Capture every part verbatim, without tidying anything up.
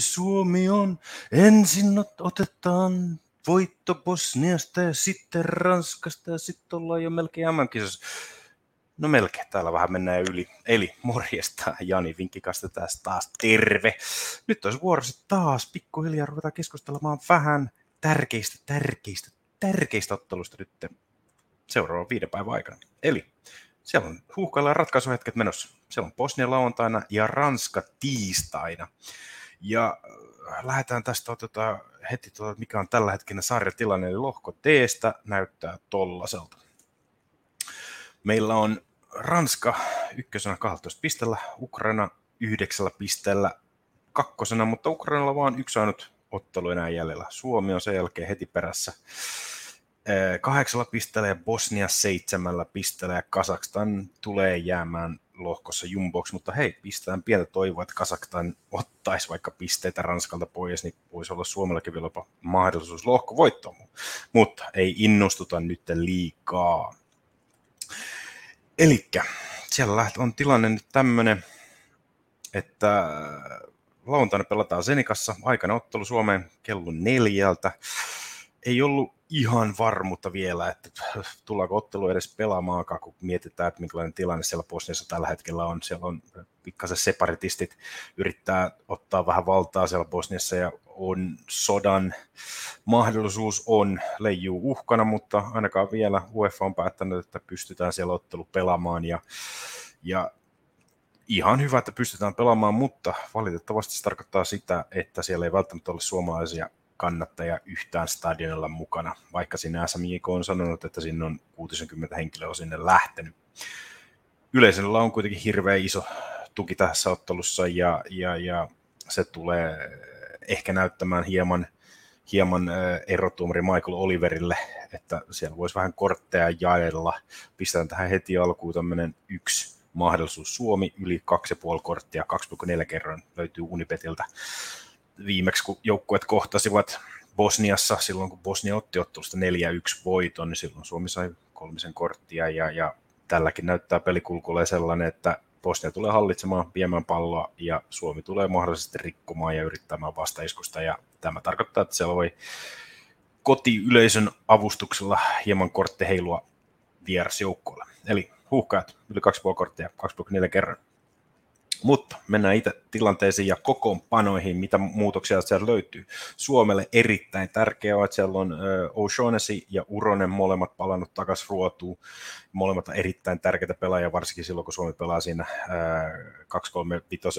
Suomi on. Ensin otetaan voitto Bosniasta ja sitten Ranskasta ja sitten ollaan jo melkein M M-kisossa. No melkein, täällä vähän mennään yli. Eli morjesta, Jani Vinkkikasta tässä taas terve. Nyt olisi vuorossa taas pikkuhiljaa ruvetaan keskustelemaan vähän tärkeistä, tärkeistä, tärkeistä ottelusta nyt seuraavan viiden päivän aikana. Eli siellä on huuhkailla ja ratkaisuhetket menossa. Siellä on Bosnia lauantaina ja Ranska tiistaina. Ja lähdetään tästä otetaan heti, tuota, mikä on tällä hetkellä sarjatilanne, eli lohko D:stä näyttää tollaselta. Meillä on Ranska ykkösenä kaksitoista pisteellä, Ukraina yhdeksällä pisteellä kakkosena, mutta Ukrainalla vaan yksi ainut ottelu enää jäljellä. Suomi on sen jälkeen heti perässä kahdeksalla pisteellä ja Bosnia seitsemällä pisteellä ja Kazakstan tulee jäämään lohkossa jumboksi, mutta hei, pistetään pientä toivoa, että Kazakstan ottaisi vaikka pisteitä Ranskalta pois, niin voisi olla Suomellakin vielä jopa mahdollisuus lohkovoittoon, mutta ei innostuta nyt liikaa. Elikkä siellä on tilanne nyt tämmöinen, että lauantaina pelataan Zenikassa, aikana ottelu Suomeen kello neljältä. Ei ollut ihan varmuutta vielä, että tullaanko ottelu edes pelaamaan, kun mietitään, että minkälainen tilanne siellä Bosniassa tällä hetkellä on. Siellä on pikkasen separatistit, yrittää ottaa vähän valtaa siellä Bosniassa ja on sodan mahdollisuus on leijuu uhkana, mutta ainakaan vielä UEFA on päättänyt, että pystytään siellä ottelu pelaamaan ja, ja ihan hyvä, että pystytään pelaamaan, mutta valitettavasti se tarkoittaa sitä, että siellä ei välttämättä ole suomalaisia kannattajia yhtään stadionilla mukana, vaikka siinä S M J K on sanonut, että sinne on kuusikymmentä henkilöä sinne lähtenyt. Yleisöllä on kuitenkin hirveän iso tuki tässä ottelussa ja, ja, ja se tulee ehkä näyttämään hieman, hieman erotuomari Michael Oliverille, että siellä voisi vähän kortteja jaella. Pistetään tähän heti alkuun tämmöinen yksi mahdollisuus. Suomi yli kaksi pilkku viisi korttia, kaksi pilkku neljä kerran löytyy Unibetiltä. Viimeksi kun joukkueet kohtasivat Bosniassa, silloin kun Bosnia otti ottelusta neljä yksi voiton, niin silloin Suomi sai kolmisen korttia ja, ja tälläkin näyttää pelikulkulle sellainen, että Bosnia tulee hallitsemaan, viemään palloa ja Suomi tulee mahdollisesti rikkomaan ja yrittämään vastaiskusta ja tämä tarkoittaa, että siellä voi kotiyleisön avustuksella hieman kortteheilua vierasjoukkoilla. Eli huuhkajat yli kaksi pilkku viisi korttia, kaksi pilkku neljä kerran. Mutta mennään itse tilanteisiin ja kokoonpanoihin, mitä muutoksia sieltä löytyy. Suomelle erittäin tärkeää on, että siellä on O'Shaughnessy ja Uronen molemmat palannut takaisin ruotuun. Molemmat on erittäin tärkeitä pelaajia, varsinkin silloin, kun Suomi pelaa siinä kaksi kolme viisi.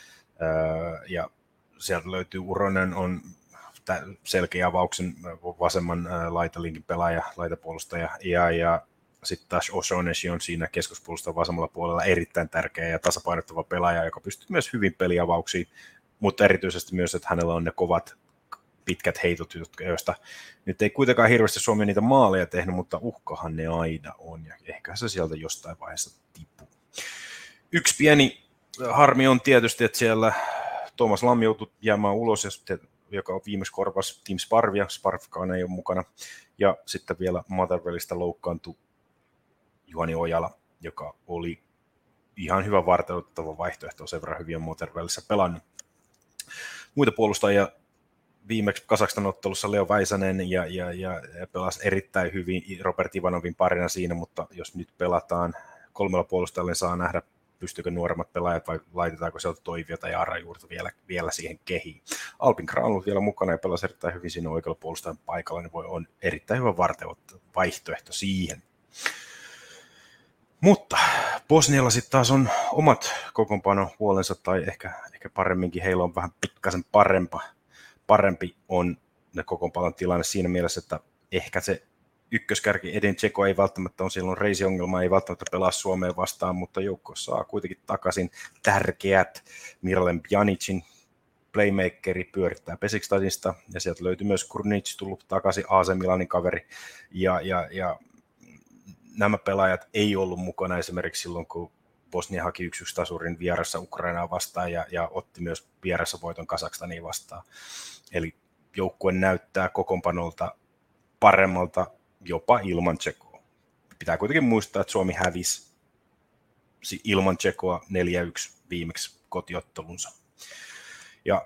Ja sieltä löytyy Uronen, on selkeä avauksen vasemman laitalinkin pelaaja, laitapuolustaja ja, ja sitten taas O'Shaughnessy on siinä keskuspuolustajan vasemmalla puolella erittäin tärkeä ja tasapainottava pelaaja, joka pystyy myös hyvin peliavauksiin, mutta erityisesti myös, että hänellä on ne kovat pitkät heitot, joista nyt ei kuitenkaan hirveästi Suomi niitä maaleja tehnyt, mutta uhkahan ne aina on ja ehkä se sieltä jostain vaiheessa tippuu. Yksi pieni harmi on tietysti, että siellä Tuomas Lam joutui jäämään ulos, joka on viimeksi korvas Team Sparvia, Sparvkaan ei ole mukana, ja sitten vielä Motherwellista loukkaantui Juhani Ojala, joka oli ihan hyvä varteutettava vaihtoehto, sen verran hyvin Motherwellissa pelannut. Muita puolustajia viimeksi Kazakstan ottelussa Leo Väisänen ja, ja, ja pelasi erittäin hyvin Robert Ivanovin parina siinä, mutta jos nyt pelataan kolmella puolustajalla, niin saa nähdä, pystyykö nuoremmat pelaajat vai laitetaanko sieltä Toiviota ja Arajuurta vielä, vielä siihen kehiin. Albin Granlund vielä mukana ja pelasi erittäin hyvin siinä oikealla puolustajan paikalla, niin voi on erittäin hyvä varteutettava vaihtoehto siihen. Mutta Bosnialla sitten taas on omat kokoonpanopuolensa, tai ehkä, ehkä paremminkin heillä on vähän pikkasen parempa, parempi on ne kokoonpanon tilanne siinä mielessä, että ehkä se ykköskärki Edin Dzeko ei välttämättä on silloin reisiongelma, ei välttämättä pelaa Suomeen vastaan, mutta joukko saa kuitenkin takaisin tärkeät Miralem Pjanicin playmakeri pyörittää Besiktasista, ja sieltä löytyy myös Krunic tullut takaisin A C Milanin kaveri, ja, ja, ja nämä pelaajat ei ollut mukana esimerkiksi silloin, kun Bosnia haki yksi yksi tasurin vieressä Ukrainaa vastaan ja, ja otti myös vieressä voiton Kazakstania vastaan. Eli joukkue näyttää kokoonpanolta paremmalta jopa ilman Dzekoa. Pitää kuitenkin muistaa, että Suomi hävisi ilman Dzekoa neljä yksi viimeksi kotiottelunsa. Ja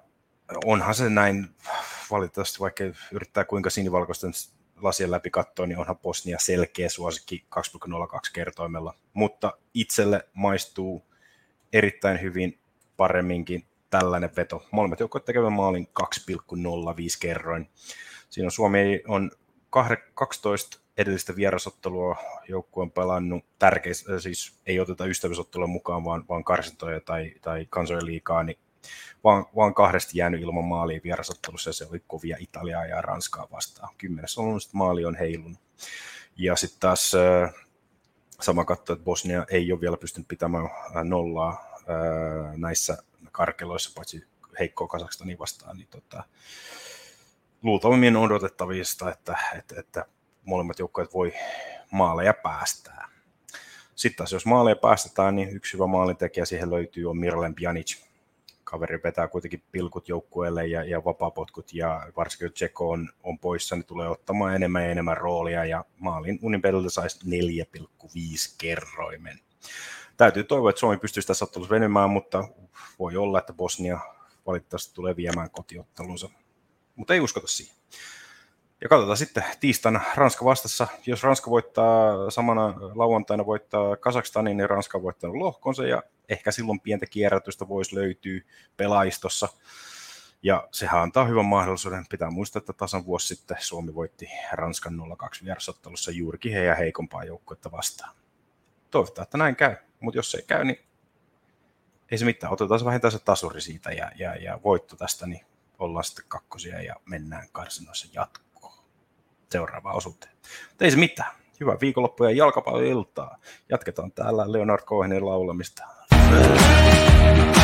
onhan se näin valitettavasti, vaikka yrittää kuinka sinivalkoisten lasien läpi katsoa, niin onhan Bosnia selkeä suosikki kaksi pilkku nolla kaksi kertoimella, mutta itselle maistuu erittäin hyvin paremminkin tällainen veto. Molemmat joukkueet tekevät maalin kaksi pilkku nolla viisi kerroin. Siinä on Suomi on kaksitoista edellistä vierasottelua joukkue on pelannut tärkeissä, siis ei oteta ystävyysottelua mukaan, vaan, vaan karsintoja tai, tai kansojen liigaa, niin vaan, vaan kahdesti jäänyt ilman maalia vierasottelussa, ja se oli kovia Italiaa ja Ranskaa vastaan. Kymmenes on maali on heilunut. Ja sitten taas sama katso, että Bosnia ei ole vielä pystynyt pitämään nollaa näissä karkeloissa, paitsi heikkoa Kazakstania vastaan, niin tota, luultavasti on odotettavista, että, että, että molemmat joukkueet voi maaleja päästää. Sitten taas jos maaleja päästetään, niin yksi hyvä maalintekijä siihen löytyy on Miralem Pjanic. Kaveri vetää kuitenkin pilkut joukkueelle ja, ja vapaapotkut, ja varsinkin kun Dzeko on, on poissa, niin tulee ottamaan enemmän ja enemmän roolia, ja maalin Unibelilta saisi neljä pilkku viisi kerroimen. Täytyy toivoa, että Suomi pystyisi tässä ottelussa venymään, mutta voi olla, että Bosnia valitettavasti tulee viemään kotiottelunsa. Mutta ei uskota siihen. Ja katsotaan sitten tiistaina Ranska vastassa. Jos Ranska voittaa samana lauantaina voittaa Kazakstanin, niin Ranska on voittanut lohkonsa, ja ehkä silloin pientä kierrätystä voisi löytyä pelaajistossa. Ja sehän antaa hyvän mahdollisuuden. Pitää muistaa, että tasan vuosi sitten Suomi voitti Ranskan nolla kaksi vierasottelussa juurikin heidän heikompaa joukkuetta vastaan. Toivotaan, että näin käy, mutta jos ei käy, niin ei se mitään. Otetaan se vähintään se tasuri siitä ja, ja, ja voitto tästä, niin ollaan sitten kakkosia ja mennään karsinoissa jatkoon seuraavaan osuuteen. Mutta ei se mitään. Hyvää viikonloppua ja jalkapalloiltaa. Jatketaan täällä Leonard Cohenin laulamista.